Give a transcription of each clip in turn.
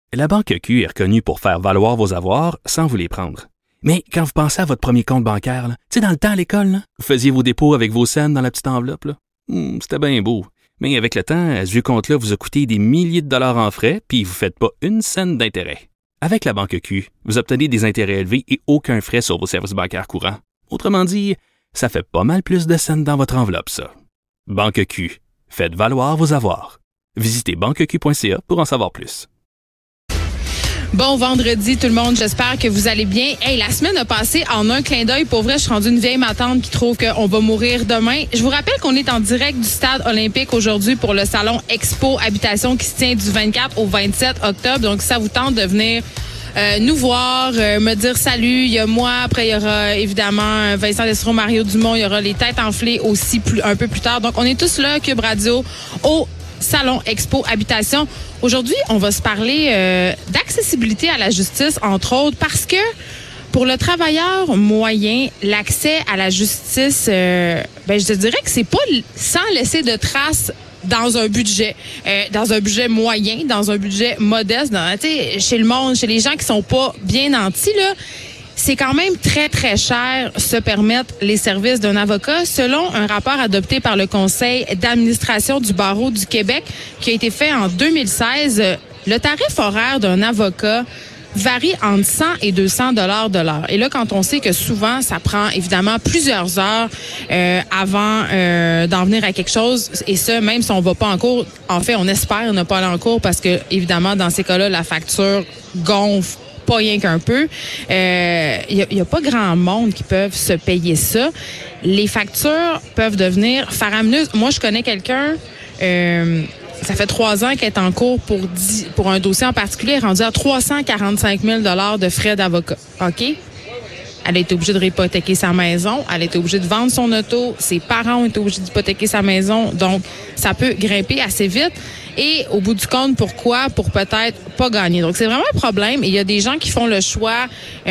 La Banque Q est reconnue pour faire valoir vos avoirs sans vous les prendre. Mais quand vous pensez à votre premier compte bancaire, tu sais, dans le temps à l'école, là, vous faisiez vos dépôts avec vos scènes dans la petite enveloppe. Là. C'était bien beau. Mais avec le temps, ce vieux compte-là vous a coûté des milliers de dollars en frais, puis vous ne faites pas une scène d'intérêt. Avec la Banque Q, vous obtenez des intérêts élevés et aucun frais sur vos services bancaires courants. Autrement dit, ça fait pas mal plus de scènes dans votre enveloppe, ça. Banque Q. Faites valoir vos avoirs. Visitez banqueq.ca pour en savoir plus. Bon vendredi tout le monde, j'espère que vous allez bien. Hey, la semaine a passé en un clin d'œil. Pour vrai, je suis rendue une vieille matante qui trouve qu'on va mourir demain. Je vous rappelle qu'on est en direct du stade olympique aujourd'hui pour le salon Expo Habitation qui se tient du 24 au 27 octobre. Donc, si ça vous tente de venir nous voir, me dire salut. Il y a moi, après il y aura évidemment Vincent Dessereau, Mario Dumont, il y aura les têtes enflées aussi un peu plus tard. Donc, on est tous là, Cube Radio, au Salon Expo Habitation. Aujourd'hui, on va se parler d'accessibilité à la justice, entre autres, parce que pour le travailleur moyen, l'accès à la justice, je te dirais que c'est pas sans laisser de traces dans un budget moyen, dans un budget modeste, chez le monde, chez les gens qui sont pas bien nantis, là. C'est quand même très, très cher se permettre les services d'un avocat. Selon un rapport adopté par le Conseil d'administration du Barreau du Québec qui a été fait en 2016, le tarif horaire d'un avocat varie entre 100 et 200 $ de l'heure. Et là, quand on sait que souvent, ça prend évidemment plusieurs heures avant d'en venir à quelque chose, et ça, même si on va pas en cours, en fait, on espère ne pas aller en cours parce que, évidemment, dans ces cas-là, la facture gonfle pas rien qu'un peu. Y a pas grand monde qui peuvent se payer ça. Les factures peuvent devenir faramineuses. Moi, je connais quelqu'un, ça fait 3 ans qu'elle est en cours pour un dossier en particulier, rendu à 345 000 $ de frais d'avocat. OK? Elle a été obligée de réhypothéquer sa maison. Elle a été obligée de vendre son auto. Ses parents ont été obligés d'hypothéquer sa maison. Donc, ça peut grimper assez vite. Et au bout du compte, pourquoi? Pour peut-être pas gagner. Donc, c'est vraiment un problème. Et il y a des gens qui font le choix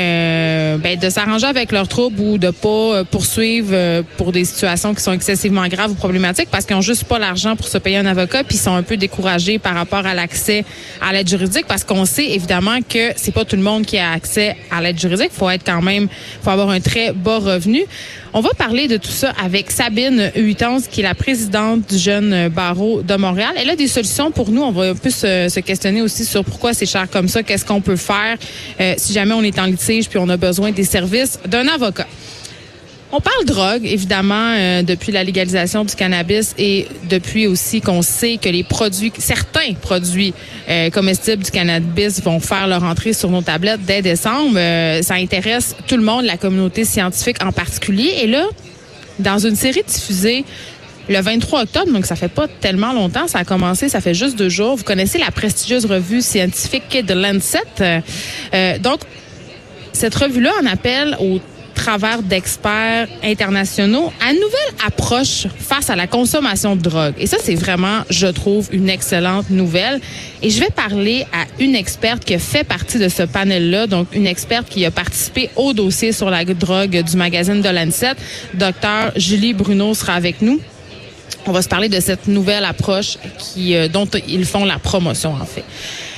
de s'arranger avec leurs troubles ou de pas poursuivre pour des situations qui sont excessivement graves ou problématiques parce qu'ils ont juste pas l'argent pour se payer un avocat puis ils sont un peu découragés par rapport à l'accès à l'aide juridique parce qu'on sait évidemment que c'est pas tout le monde qui a accès à l'aide juridique. Faut avoir un très bas revenu. On va parler de tout ça avec Sabine Huitons, qui est la présidente du Jeune Barreau de Montréal. Elle a des solutions pour nous. On va un peu se questionner aussi sur pourquoi c'est cher comme ça, qu'est-ce qu'on peut faire si jamais on est en litige puis on a besoin des services d'un avocat. On parle drogue, évidemment, depuis la légalisation du cannabis et depuis aussi qu'on sait que certains produits comestibles du cannabis vont faire leur entrée sur nos tablettes dès décembre. Ça intéresse tout le monde, la communauté scientifique en particulier. Et là, dans une série diffusée le 23 octobre, donc ça fait pas tellement longtemps, ça a commencé, ça fait juste 2 jours. Vous connaissez la prestigieuse revue scientifique The Lancet. Donc, cette revue-là en appelle au travers d'experts internationaux à une nouvelle approche face à la consommation de drogue. Et ça, c'est vraiment, je trouve, une excellente nouvelle. Et je vais parler à une experte qui a fait partie de ce panel-là, donc une experte qui a participé au dossier sur la drogue du magazine The Lancet. Dr Julie Bruno sera avec nous. On va se parler de cette nouvelle approche dont ils font la promotion, en fait.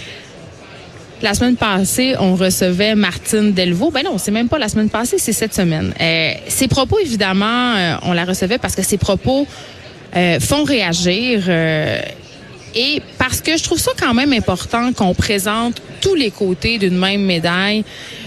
La semaine passée, on recevait Martine Delvaux. Ben non, c'est même pas la semaine passée, c'est cette semaine. Ses propos, évidemment, on la recevait parce que ses propos font réagir. Et parce que je trouve ça quand même important qu'on présente tous les côtés d'une même médaille.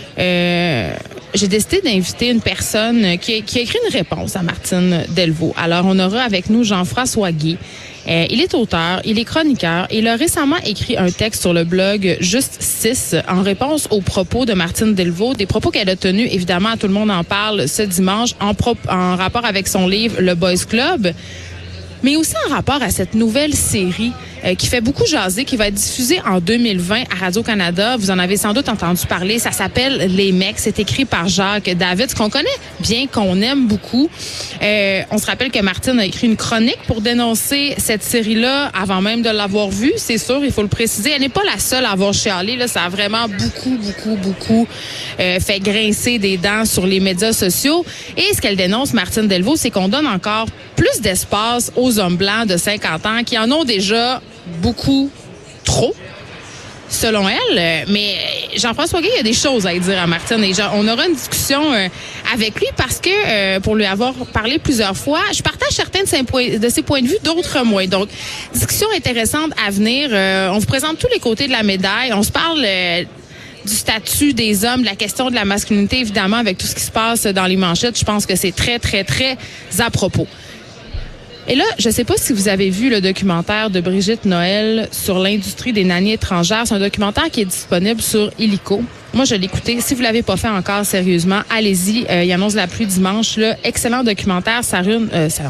J'ai décidé d'inviter une personne qui a écrit une réponse à Martine Delvaux. Alors, on aura avec nous Jean-François Guy. Il est auteur, il est chroniqueur. Il a récemment écrit un texte sur le blog Juste 6 en réponse aux propos de Martine Delvaux, des propos qu'elle a tenus, évidemment, tout le monde en parle ce dimanche, en rapport avec son livre Le Boys Club, mais aussi en rapport à cette nouvelle série qui fait beaucoup jaser, qui va être diffusée en 2020 à Radio-Canada. Vous en avez sans doute entendu parler. Ça s'appelle Les Mecs. C'est écrit par Jacques David, qu'on connaît bien, qu'on aime beaucoup. On se rappelle que Martine a écrit une chronique pour dénoncer cette série-là avant même de l'avoir vue. C'est sûr, il faut le préciser. Elle n'est pas la seule à avoir chialé. Là, ça a vraiment beaucoup fait grincer des dents sur les médias sociaux. Et ce qu'elle dénonce, Martine Delvaux, c'est qu'on donne encore plus d'espace aux hommes blancs de 50 ans qui en ont déjà beaucoup trop selon elle. Mais Jean-François Guay a des choses à dire à Martine. Et on aura une discussion avec lui parce que, pour lui avoir parlé plusieurs fois, je partage certains de ses points de vue, d'autres moins. Donc, discussion intéressante à venir. On vous présente tous les côtés de la médaille. On se parle du statut des hommes, de la question de la masculinité, évidemment, avec tout ce qui se passe dans les manchettes. Je pense que c'est très, très, très à propos. Et là, je ne sais pas si vous avez vu le documentaire de Brigitte Noël sur l'industrie des nannies étrangères. C'est un documentaire qui est disponible sur Illico. Moi, je l'ai écouté. Si vous l'avez pas fait encore, sérieusement, allez-y. Il annonce la pluie dimanche. Là. Excellent documentaire. Ça dure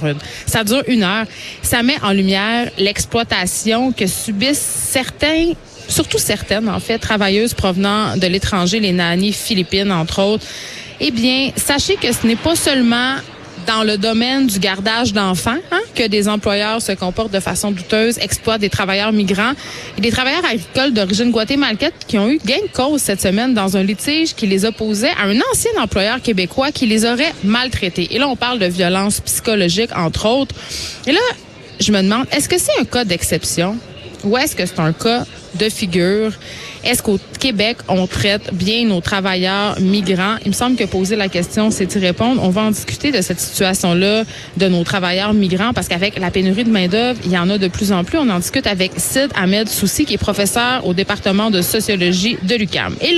1 heure. Ça met en lumière l'exploitation que subissent surtout certaines, en fait, travailleuses provenant de l'étranger, les nannies philippines, entre autres. Eh bien, sachez que ce n'est pas seulement dans le domaine du gardage d'enfants que des employeurs se comportent de façon douteuse, exploitent des travailleurs migrants et des travailleurs agricoles d'origine guatémaltaise qui ont eu gain de cause cette semaine dans un litige qui les opposait à un ancien employeur québécois qui les aurait maltraités. Et là, on parle de violence psychologique, entre autres. Et là, je me demande, est-ce que c'est un cas d'exception ou est-ce que c'est un cas de figure? Est-ce qu'au Québec, on traite bien nos travailleurs migrants? Il me semble que poser la question, c'est y répondre. On va en discuter de cette situation-là de nos travailleurs migrants parce qu'avec la pénurie de main-d'œuvre, il y en a de plus en plus. On en discute avec Sid Ahmed Soussi, qui est professeur au département de sociologie de l'UQAM. Et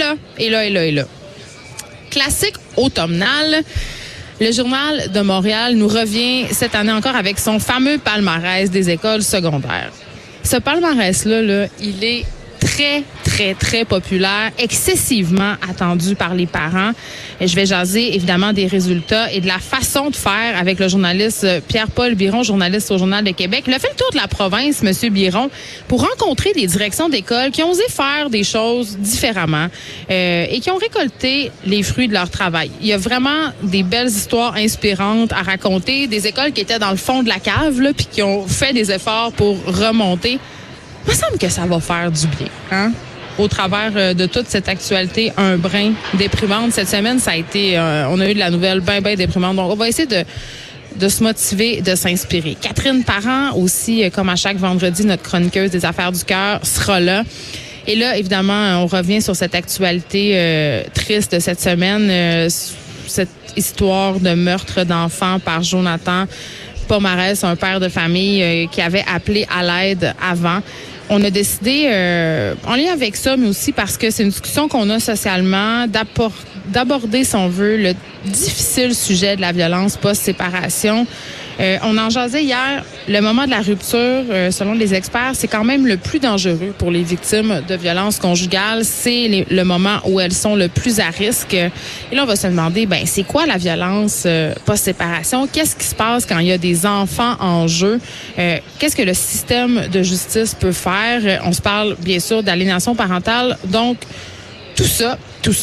là. Classique automnal. Le Journal de Montréal nous revient cette année encore avec son fameux palmarès des écoles secondaires. Ce palmarès-là, il est très, très, très populaire, excessivement attendu par les parents. Et je vais jaser évidemment des résultats et de la façon de faire avec le journaliste Pierre-Paul Biron, journaliste au Journal de Québec. Il a fait le tour de la province, M. Biron, pour rencontrer des directions d'école qui ont osé faire des choses différemment et qui ont récolté les fruits de leur travail. Il y a vraiment des belles histoires inspirantes à raconter, des écoles qui étaient dans le fond de la cave, là, puis qui ont fait des efforts pour remonter. Il me semble que ça va faire du bien, au travers de toute cette actualité un brin déprimante. Cette semaine, ça a été, on a eu de la nouvelle bien déprimante. Donc, on va essayer de se motiver, de s'inspirer. Catherine Parent aussi, comme à chaque vendredi, notre chroniqueuse des affaires du cœur, sera là. Et là, évidemment, on revient sur cette actualité triste de cette semaine, cette histoire de meurtre d'enfants par Jonathan Pomarez, un père de famille qui avait appelé à l'aide avant. On a décidé, en lien avec ça, mais aussi parce que c'est une discussion qu'on a socialement, d'aborder, si on veut, le difficile sujet de la violence post-séparation. On en jasait hier. Le moment de la rupture, selon les experts, c'est quand même le plus dangereux pour les victimes de violences conjugales. C'est le moment où elles sont le plus à risque. Et là, on va se demander, c'est quoi la violence post-séparation? Qu'est-ce qui se passe quand il y a des enfants en jeu? Qu'est-ce que le système de justice peut faire? On se parle, bien sûr, d'aliénation parentale. Donc, tout ça,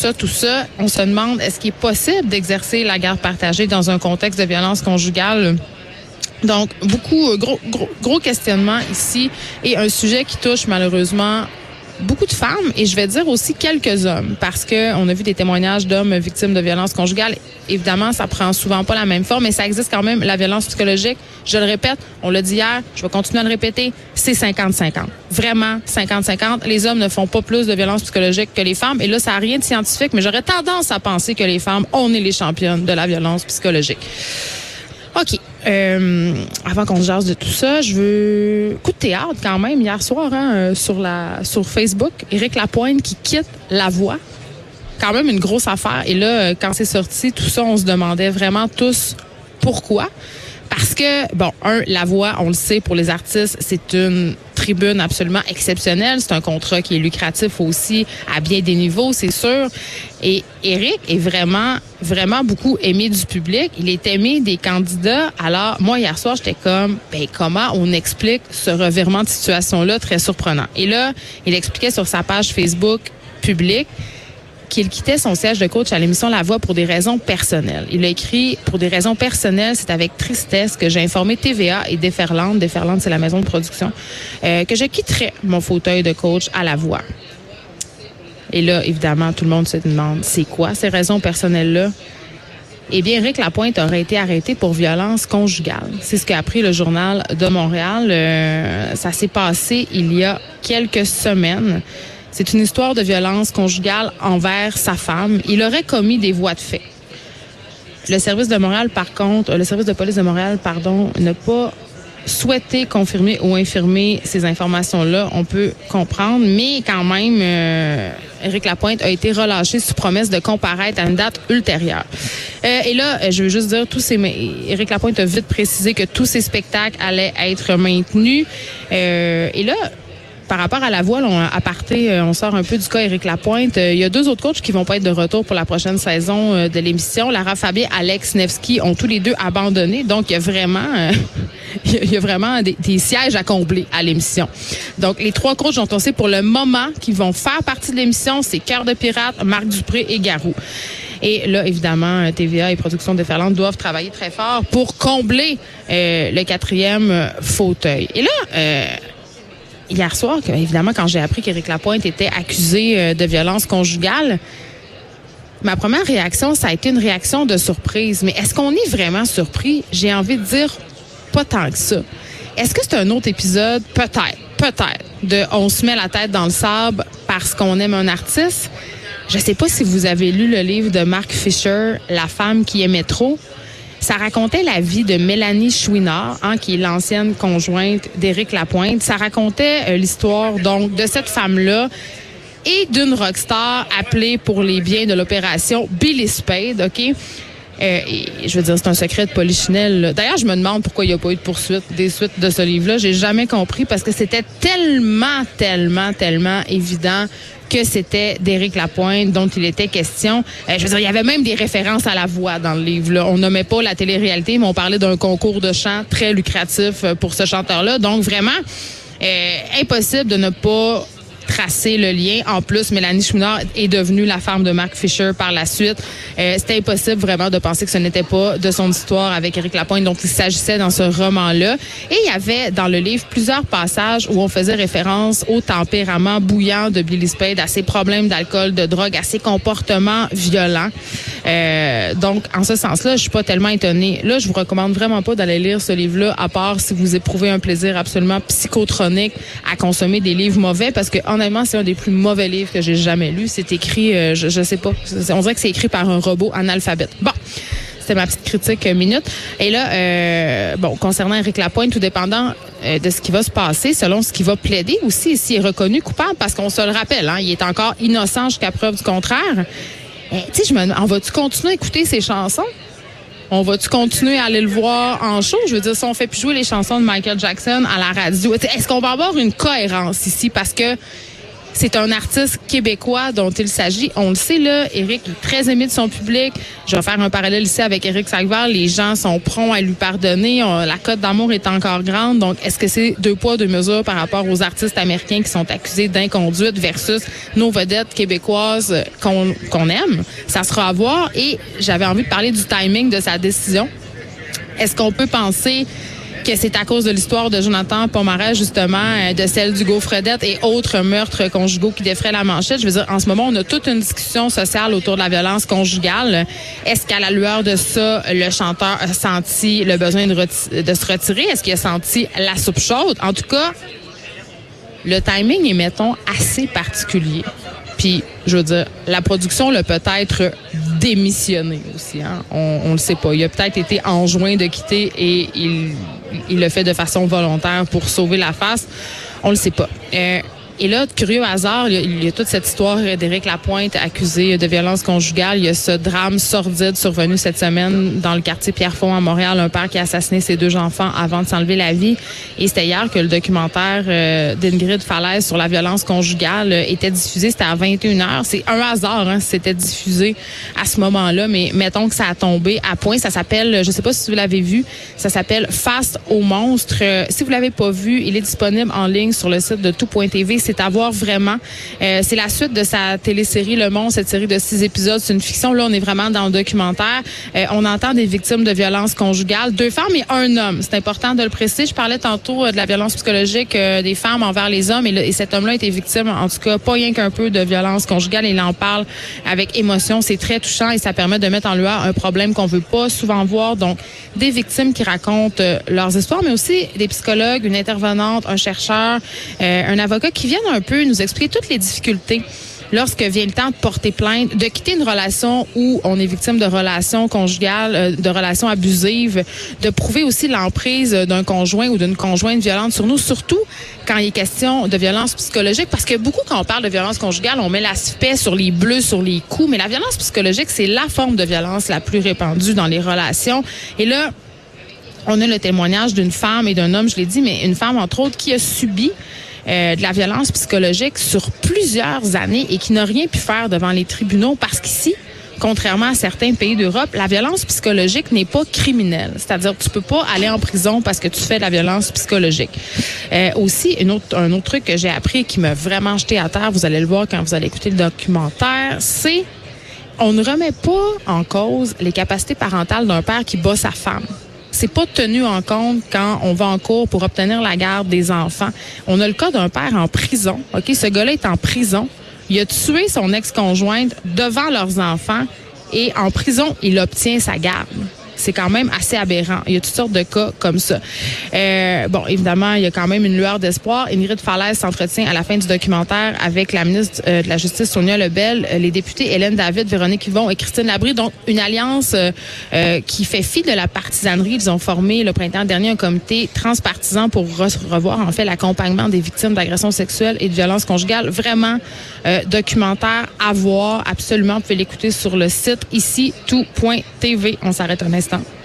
on se demande, est-ce qu'il est possible d'exercer la garde partagée dans un contexte de violence conjugale? Donc, beaucoup, gros questionnement ici et un sujet qui touche malheureusement beaucoup de femmes et je vais dire aussi quelques hommes parce que on a vu des témoignages d'hommes victimes de violences conjugales. Évidemment, ça prend souvent pas la même forme, mais ça existe quand même, la violence psychologique. Je le répète, on l'a dit hier, je vais continuer à le répéter, c'est 50-50. Vraiment 50-50. Les hommes ne font pas plus de violences psychologiques que les femmes et là, ça n'a rien de scientifique, mais j'aurais tendance à penser que les femmes, on est les championnes de la violence psychologique. OK. Avant qu'on jase de tout ça, je veux... Coup de théâtre quand même, hier soir, sur Facebook, Éric Lapointe qui quitte La Voix. Quand même une grosse affaire. Et là, quand c'est sorti, tout ça, on se demandait vraiment tous pourquoi. Parce que, La Voix, on le sait, pour les artistes, c'est une tribune absolument exceptionnelle. C'est un contrat qui est lucratif aussi à bien des niveaux, c'est sûr. Et Éric est vraiment, vraiment beaucoup aimé du public. Il est aimé des candidats. Alors, moi, hier soir, j'étais comme, comment on explique ce revirement de situation-là très surprenant? Et là, il expliquait sur sa page Facebook publique qu'il quittait son siège de coach à l'émission La Voix pour des raisons personnelles. Il a écrit « Pour des raisons personnelles, c'est avec tristesse que j'ai informé TVA et Déferlante, c'est la maison de production, que je quitterais mon fauteuil de coach à La Voix. » Et là, évidemment, tout le monde se demande, c'est quoi ces raisons personnelles-là? Eh bien, Éric Lapointe aurait été arrêté pour violence conjugale. C'est ce qu'a appris le Journal de Montréal. Ça s'est passé il y a quelques semaines. C'est une histoire de violence conjugale envers sa femme. Il aurait commis des voies de fait. Le service de police de Montréal, n'a pas souhaité confirmer ou infirmer ces informations-là. On peut comprendre, mais quand même, Éric Lapointe a été relâché sous promesse de comparaître à une date ultérieure. Et là, je veux juste dire, Éric Lapointe a vite précisé que tous ces spectacles allaient être maintenus. Et là, par rapport à la voile, on sort un peu du cas Éric Lapointe. Il y a 2 autres coachs qui vont pas être de retour pour la prochaine saison de l'émission. Lara Fabian, Alex Nevsky ont tous les 2 abandonné. Donc, il y a vraiment des sièges à combler à l'émission. Donc, les 3 coachs dont on sait pour le moment qui vont faire partie de l'émission, c'est Cœur de Pirate, Marc Dupré et Garou. Et là, évidemment, TVA et Productions Déferlantes doivent travailler très fort pour combler le 4e fauteuil. Et là, hier soir, évidemment, quand j'ai appris qu'Éric Lapointe était accusé de violence conjugale, ma première réaction, ça a été une réaction de surprise. Mais est-ce qu'on est vraiment surpris? J'ai envie de dire pas tant que ça. Est-ce que c'est un autre épisode? Peut-être. De on se met la tête dans le sable parce qu'on aime un artiste. Je sais pas si vous avez lu le livre de Mark Fisher, La femme qui aimait trop. Ça racontait la vie de Mélanie Chouinard, qui est l'ancienne conjointe d'Éric Lapointe. Ça racontait l'histoire donc de cette femme-là et d'une rockstar appelée pour les biens de l'opération Billy Spade, OK? Et je veux dire, c'est un secret de polichinelle, là. D'ailleurs, je me demande pourquoi il n'y a pas eu des suites de ce livre-là. J'ai jamais compris parce que c'était tellement évident que c'était d'Éric Lapointe dont il était question. Je veux dire, il y avait même des références à la voix dans le livre, là. On nommait pas la télé-réalité, mais on parlait d'un concours de chant très lucratif pour ce chanteur-là. Donc, vraiment, impossible de ne pas tracer le lien. En plus, Mélanie Chouinard est devenue la femme de Mark Fisher par la suite. C'était impossible vraiment de penser que ce n'était pas de son histoire avec Éric Lapointe dont il s'agissait dans ce roman-là. Et il y avait dans le livre plusieurs passages où on faisait référence au tempérament bouillant de Billy Spade, à ses problèmes d'alcool, de drogue, à ses comportements violents. Donc, en ce sens-là, je suis pas tellement étonnée. Là, je vous recommande vraiment pas d'aller lire ce livre-là, à part si vous éprouvez un plaisir absolument psychotronique à consommer des livres mauvais, parce que honnêtement, c'est un des plus mauvais livres que j'ai jamais lu. C'est écrit, je sais pas, on dirait que c'est écrit par un robot analphabète. Bon, c'était ma petite critique minute. Et là, concernant Éric Lapointe, tout dépendant de ce qui va se passer, selon ce qu'il va plaider aussi, s'il est reconnu coupable, parce qu'on se le rappelle, il est encore innocent jusqu'à preuve du contraire. Tu sais, on va-tu continuer à écouter ses chansons? On va-tu continuer à aller le voir en show? Je veux dire, si on fait plus jouer les chansons de Michael Jackson à la radio, est-ce qu'on va avoir une cohérence ici? Parce que c'est un artiste québécois dont il s'agit. On le sait, là, Éric est très aimé de son public. Je vais faire un parallèle ici avec Éric Salvaire. Les gens sont prompts à lui pardonner. La cote d'amour est encore grande. Donc, est-ce que c'est 2 poids, 2 mesures par rapport aux artistes américains qui sont accusés d'inconduite versus nos vedettes québécoises qu'on aime? Ça sera à voir. Et j'avais envie de parler du timing de sa décision. Est-ce qu'on peut penser que c'est à cause de l'histoire de Jonathan Pomarez, justement, de celle d'Hugo Fredette et autres meurtres conjugaux qui défraient la manchette? Je veux dire, en ce moment, on a toute une discussion sociale autour de la violence conjugale. Est-ce qu'à la lueur de ça, le chanteur a senti le besoin de se retirer? Est-ce qu'il a senti la soupe chaude? En tout cas, le timing est, mettons, assez particulier. Puis, je veux dire, la production l'a peut-être démissionné aussi. On le sait pas. Il a peut-être été enjoint de quitter et il le fait de façon volontaire pour sauver la face. On le sait pas. Et là, de curieux hasard, il y a toute cette histoire d'Éric Lapointe accusé de violence conjugale. Il y a ce drame sordide survenu cette semaine dans le quartier Pierrefonds à Montréal. Un père qui a assassiné ses 2 enfants avant de s'enlever la vie. Et c'était hier que le documentaire d'Ingrid Falaise sur la violence conjugale était diffusé. C'était à 21h. C'est un hasard, c'était diffusé à ce moment-là. Mais mettons que ça a tombé à point. Ça s'appelle, je sais pas si vous l'avez vu, ça s'appelle Face aux monstres. Si vous l'avez pas vu, il est disponible en ligne sur le site de tout.tv. C'est à voir vraiment. C'est la suite de sa télésérie Le Monstre, cette série de 6 épisodes. C'est une fiction. Là, on est vraiment dans le documentaire. On entend des victimes de violences conjugales. 2 femmes et 1 homme. C'est important de le préciser. Je parlais tantôt de la violence psychologique des femmes envers les hommes. Et cet homme-là a été victime, en tout cas, pas rien qu'un peu de violence conjugale. Il en parle avec émotion. C'est très touchant et ça permet de mettre en lueur un problème qu'on veut pas souvent voir. Donc, des victimes qui racontent leurs histoires, mais aussi des psychologues, une intervenante, un chercheur, un avocat qui viennent un peu nous expliquer toutes les difficultés lorsque vient le temps de porter plainte, de quitter une relation où on est victime de relations conjugales, de relations abusives, de prouver aussi l'emprise d'un conjoint ou d'une conjointe violente sur nous, surtout quand il est question de violence psychologique, parce que beaucoup, quand on parle de violence conjugale, on met l'aspect sur les bleus, sur les coups, mais la violence psychologique, c'est la forme de violence la plus répandue dans les relations. Et là, on a le témoignage d'une femme et d'un homme, je l'ai dit, mais une femme, entre autres, qui a subi de la violence psychologique sur plusieurs années et qui n'a rien pu faire devant les tribunaux parce qu'ici, contrairement à certains pays d'Europe, la violence psychologique n'est pas criminelle. C'est-à-dire que tu peux pas aller en prison parce que tu fais de la violence psychologique. Aussi, un autre truc que j'ai appris qui m'a vraiment jeté à terre, vous allez le voir quand vous allez écouter le documentaire, c'est on ne remet pas en cause les capacités parentales d'un père qui bat sa femme. C'est pas tenu en compte quand on va en cours pour obtenir la garde des enfants. On a le cas d'un père en prison. OK, ce gars-là est en prison. Il a tué son ex-conjointe devant leurs enfants et en prison, il obtient sa garde. C'est quand même assez aberrant. Il y a toutes sortes de cas comme ça. Bon, évidemment, il y a quand même une lueur d'espoir. Ingrid Falaise s'entretient à la fin du documentaire avec la ministre de la Justice, Sonia Lebel, les députés Hélène David, Véronique Yvon et Christine Labrie, donc une alliance qui fait fi de la partisanerie. Ils ont formé le printemps dernier un comité transpartisan pour revoir en fait l'accompagnement des victimes d'agressions sexuelles et de violences conjugales. Vraiment, documentaire à voir absolument. Vous pouvez l'écouter sur le site ici tout.tv. On s'arrête un instant.